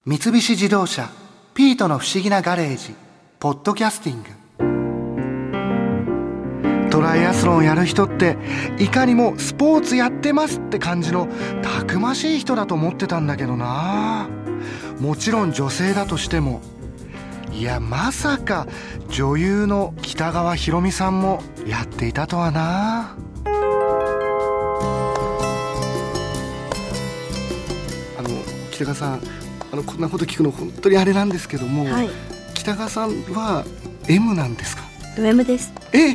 三菱自動車ピートの不思議なガレージポッドキャスティング。トライアスロンをやる人っていかにもスポーツやってますって感じのたくましい人だと思ってたんだけどな。もちろん女性だとしても、いやまさか女優の北川ひろみさんもやっていたとはな。北川さん、こんなこと聞くの本当にあれなんですけども、はい、北川さんは M なんですか？ ド M です。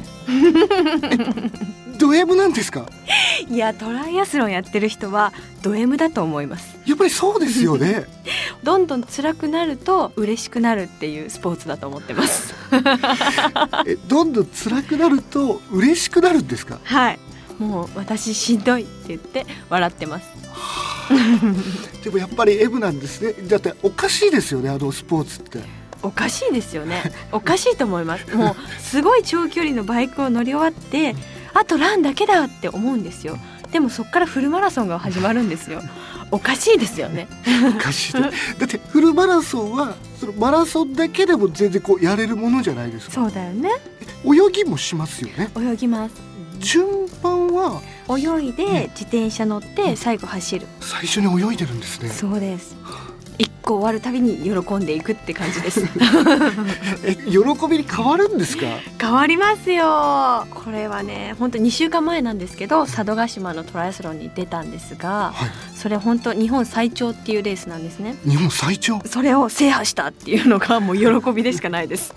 ド M なんですか？ いや、トライアスロンやってる人はド M だと思います。 やっぱりそうですよねどんどん辛くなると嬉しくなるっていうスポーツだと思ってますどんどん辛くなると嬉しくなるんですか？ はい、もう私しんどいって言って笑ってますでもやっぱり M なんですね。だっておかしいですよね、スポーツって。 おかしいですよね。おかしいと思います。もうすごい長距離のバイクを乗り終わってあとランだけだって思うんですよ。でもそっからフルマラソンが始まるんですよ。おかしいですよねおかしいだってフルマラソンはそのマラソンだけでも全然やれるものじゃないですか。 そうだよね。 泳ぎもしますよね。 泳ぎます。 順番は泳いで自転車乗って最後走る。 最初に泳いでるんですね。 そうです。一個終わるたびに喜んでいくって感じです喜びに変わるんですか？ 変わりますよ。これはね、本当2週間前なんですけど、佐渡島のトライアスロンに出たんですが、はい、それ本当日本最長っていうレースなんですね。 日本最長？それを制覇したっていうのがもう喜びでしかないです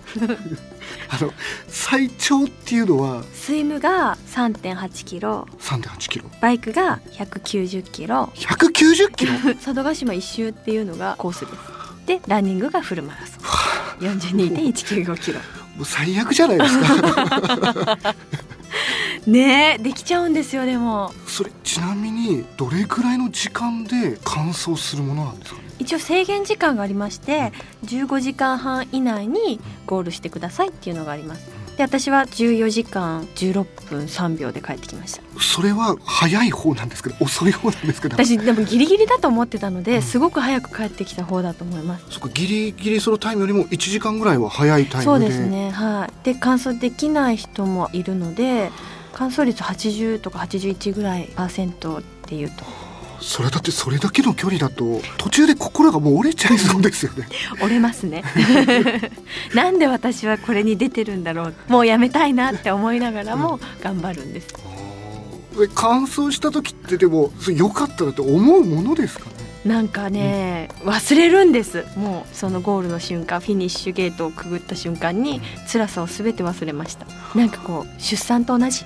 最長っていうのはスイムが 3.8 キロ、バイクが190キロ 190キロ佐渡島一周っていうのがコースです。でランニングがフルマラソン 42.195 キロもう最悪じゃないですかねえ、できちゃうんですよ。でもそれちなみにどれくらいの時間で完走するものなんですかね？ 一応制限時間がありまして、15時間半以内にゴールしてくださいっていうのがあります。で私は14時間16分3秒で帰ってきました。 それは早い方なんですけど遅い方なんですけど。 私でもギリギリだと思ってたので、すごく早く帰ってきた方だと思います。 そっか、ギリギリそのタイムよりも1時間ぐらいは早いタイムで。 そうですね、はい。で完走できない人もいるので、完走率80とか81ぐらい%っていうと、 それだってそれだけの距離だと途中で心がもう折れちゃいそうですよね折れますねなんで私はこれに出てるんだろう、もうやめたいなって思いながらも頑張るんです、 完走した時ってでも良かったなって思うものですかね？ なんかね、忘れるんです。もうそのゴールの瞬間、フィニッシュゲートをくぐった瞬間に辛さを全て忘れました。なんか出産と同じ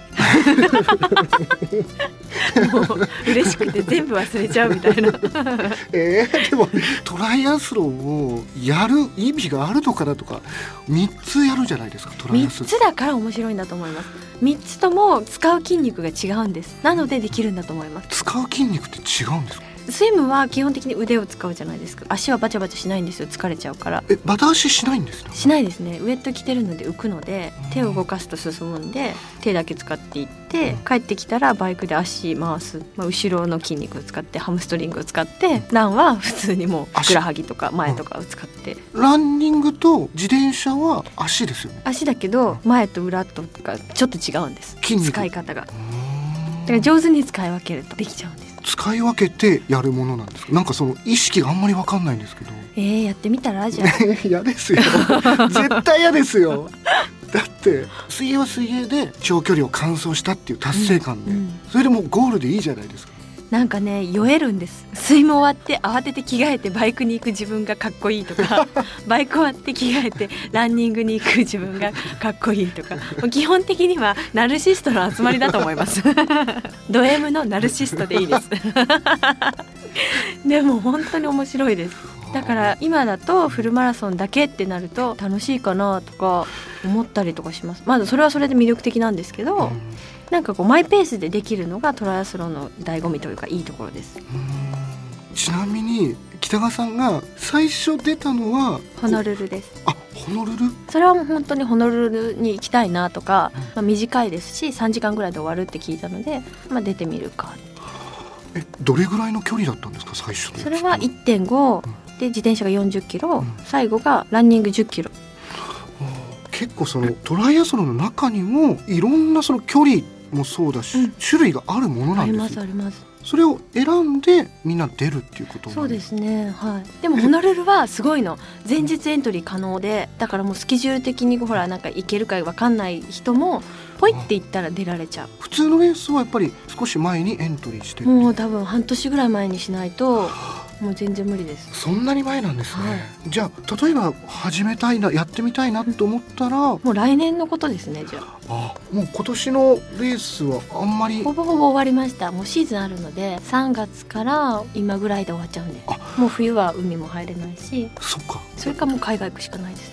もう嬉しくて全部忘れちゃうみたいなでもトライアスロンをやる意味があるのかなとか、3つやるじゃないですか。トライアスロン 3つだから面白いんだと思います。3つとも使う筋肉が違うんです。なのでできるんだと思います。 使う筋肉って違うんですか？ スイムは基本的に腕を使うじゃないですか。足はバチャバチャしないんですよ、疲れちゃうから。 バタ足しないんですか？ しないですね。ウエット着てるので浮くので、手を動かすと進むんで手だけ使っていって、帰ってきたらバイクで足回す、後ろの筋肉を使ってハムストリングを使って、ランは普通にもうふくらはぎとか前とかを使って、 ランニングと自転車は足ですよね。 足だけど前と裏とかちょっと違うんです、使い方が。だから上手に使い分けるとできちゃうんです。 使い分けてやるものなんですか？なんかその意識があんまり分かんないんですけど。 やってみたらじゃあ嫌ですよ絶対嫌ですよだって水泳は水泳で長距離を完走したっていう達成感で、それでもうゴールでいいじゃないですか。 なんかね、酔えるんです。スイム終わって慌てて着替えてバイクに行く自分がかっこいいとかバイク終わって着替えてランニングに行く自分がかっこいいとか、基本的にはナルシストの集まりだと思いますド M のナルシストでいいですでも本当に面白いです。だから今だとフルマラソンだけってなると楽しいかなとか思ったりとかします。まだそれはそれで魅力的なんですけど、なんかマイペースでできるのがトライアスロンの醍醐味というかいいところです。 ちなみに北川さんが最初出たのはホノルルです。 ホノルル？ それはもう本当にホノルルに行きたいなとか、短いですし3時間ぐらいで終わるって聞いたので、出てみるか。 どれぐらいの距離だったんですか最初？ それは 1.5 で自転車が40キロ、最後がランニング10キロ。 結構そのトライアスロンの中にもいろんなその距離もそうだし、種類があるものなんですよ。 ありますあります。 それを選んでみんな出るっていうことなんですか？ そうですね、はい。でもホノルルはすごいの、前日エントリー可能で、だからもうスケジュール的にほらなんか行けるか分かんない人もポイって行ったら出られちゃう。 普通のレースはやっぱり少し前にエントリーしてる。 もう多分半年ぐらい前にしないともう全然無理です。 そんなに前なんですね、じゃあ例えば始めたいな、やってみたいなと思ったら、 もう来年のことですね。じゃあもう今年のレースはあんまりほぼほぼ終わりました。もうシーズンあるので3月から今ぐらいで終わっちゃうんで、もう冬は海も入れないし、 そっか、 それかもう海外行くしかないです。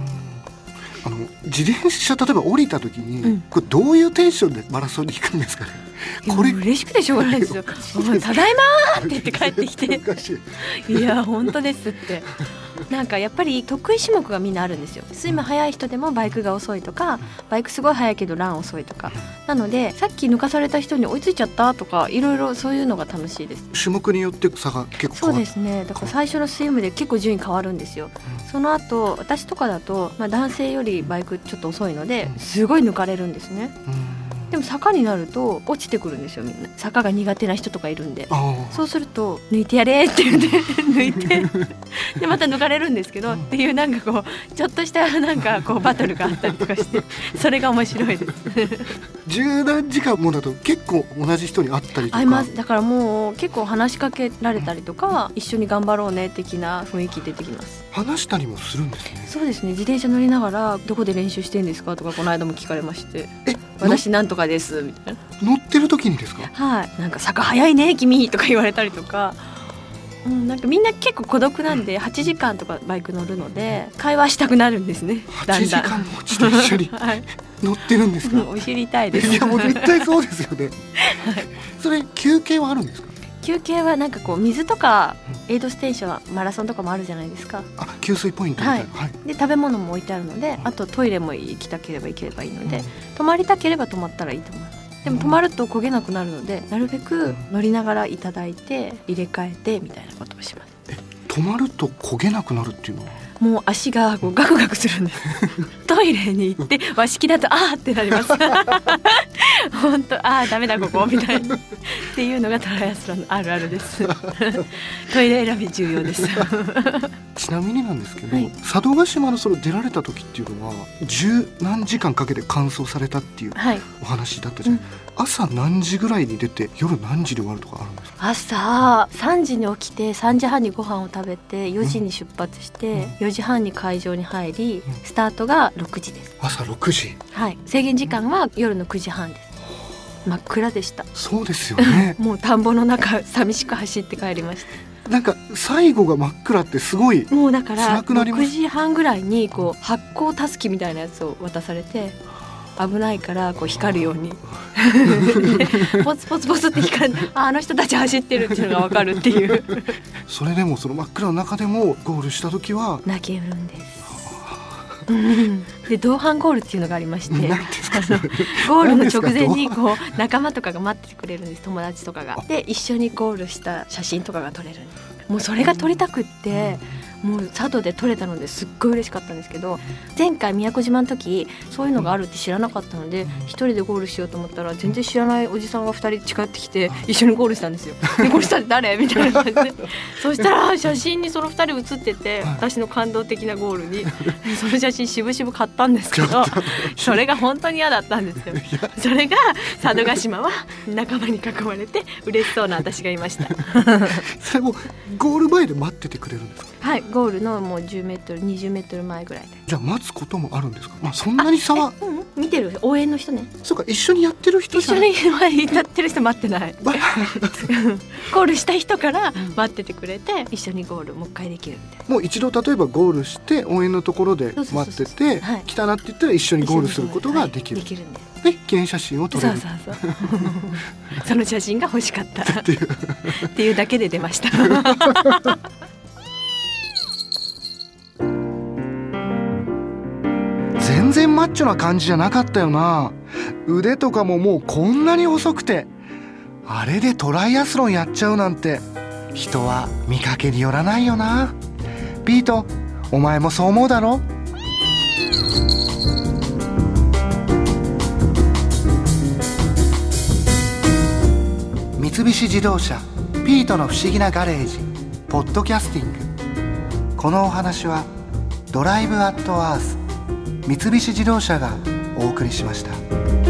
自転車例えば降りた時に、これどういうテンションでマラソンに行くんですかね？ これ嬉しくてしょうがないですよただいまーって言って帰ってきていや本当ですって。なんかやっぱり得意種目がみんなあるんですよ。スイム速い人でもバイクが遅いとか、バイクすごい速いけどラン遅いとか、なのでさっき抜かされた人に追いついちゃったとか、いろいろそういうのが楽しいです。 種目によって差が結構変わる。 そうですね。だから最初のスイムで結構順位変わるんですよ、その後私とかだと、男性よりバイクちょっと遅いのですごい抜かれるんですね、でも坂になると落ちてくるんですよ。みんな坂が苦手な人とかいるんで、そうすると抜いてやれって言って抜いてでまた抜かれるんですけど、っていうなんかこうちょっとしたなんかこうバトルがあったりとかしてそれが面白いです十何時間もだと結構同じ人に会ったりとか。 会います。だからもう結構話しかけられたりとか、一緒に頑張ろうね的な雰囲気出てきます。 話したりもするんですね。 そうですね。自転車乗りながらどこで練習してんですかとかこの間も聞かれまして、私なんとかですみたいな。 乗ってる時にですか？ はい、なんか坂早いね君とか言われたりとか、なんかみんな結構孤独なんで8時間とかバイク乗るので会話したくなるんですね。だんだん 8時間も一緒に乗ってるんですか？ お知りたいです。 いやもう絶対そうですよね、はい、それ休憩はあるんですか？ 休憩はなんかこう水とかエイドステーション、マラソンとかもあるじゃないですか。 給水ポイントみたいな、 で食べ物も置いてあるので、あとトイレも行きたければ行ければいいので、泊まりたければ泊まったらいいと思います。でも泊まると焦げなくなるので、なるべく乗りながらいただいて入れ替えてみたいなことをします。 泊まると焦げなくなるっていうのは？ もう足がこうガクガクするんですトイレに行って和式だとあーってなります本当ダメだここみたいなっていうのがトライアスロンのあるあるですトイレ選び重要ですちなみになんですけど、佐渡島のその出られた時っていうのは十何時間かけて完走されたっていうお話だったじゃない、朝何時ぐらいに出て夜何時で終わるとかあるんですか？ 朝3時に起きて3時半にご飯を食べて4時に出発して、4時半に会場に入り、スタートが6時です。 朝6時。 はい、制限時間は夜の9時半です。真っ暗でした。 そうですよねもう田んぼの中寂しく走って帰りました。 なんか最後が真っ暗ってすごいもうだから6時半ぐらいにこう発光たすきみたいなやつを渡されて、危ないからこう光るようにポツポツポツって光る、あの人たち走ってるっていうのが分かるっていうそれでもその真っ暗の中でもゴールした時は泣けるんですで同伴ゴールっていうのがありまして、ゴールの直前にこう仲間とかが待っててくれるんです。友達とかがで一緒にゴールした写真とかが撮れるんです。もうそれが撮りたくって、もう佐渡で撮れたのですっごい嬉しかったんですけど、前回宮古島の時そういうのがあるって知らなかったので、一人でゴールしようと思ったら全然知らないおじさんが2人近寄ってきて一緒にゴールしたんですよ。でゴールしたって誰みたいな感じでそしたら写真にその2人写ってて、私の感動的なゴールにその写真しぶしぶ買ったんですけどそれが本当に嫌だったんですよ。それが佐渡島は仲間に囲まれて嬉しそうな私がいましたそれもゴール前で待っててくれるんですか？ はい、ゴールのもう10メートル20メートル前ぐらいで。 じゃあ待つこともあるんですか？そんなに差は、 見てる応援の人ね。 そうか、一緒にやってる人じゃない。 一緒にやってる人待ってないゴールした人から待っててくれて、一緒にゴールもう一回できるみたいな。 もう一度例えばゴールして応援のところで待ってて来たなって言ったら一緒にゴールすることができる、 できるんです。 で記念写真を撮れる。 そうその写真が欲しかったっていうだけで出ました全然マッチョな感じじゃなかったよな。腕とかももうこんなに細くて、あれでトライアスロンやっちゃうなんて人は見かけによらないよな。ピート、お前もそう思うだろ？三菱自動車ピートの不思議なガレージポッドキャスティング。このお話はドライブアットアース三菱自動車がお送りしました。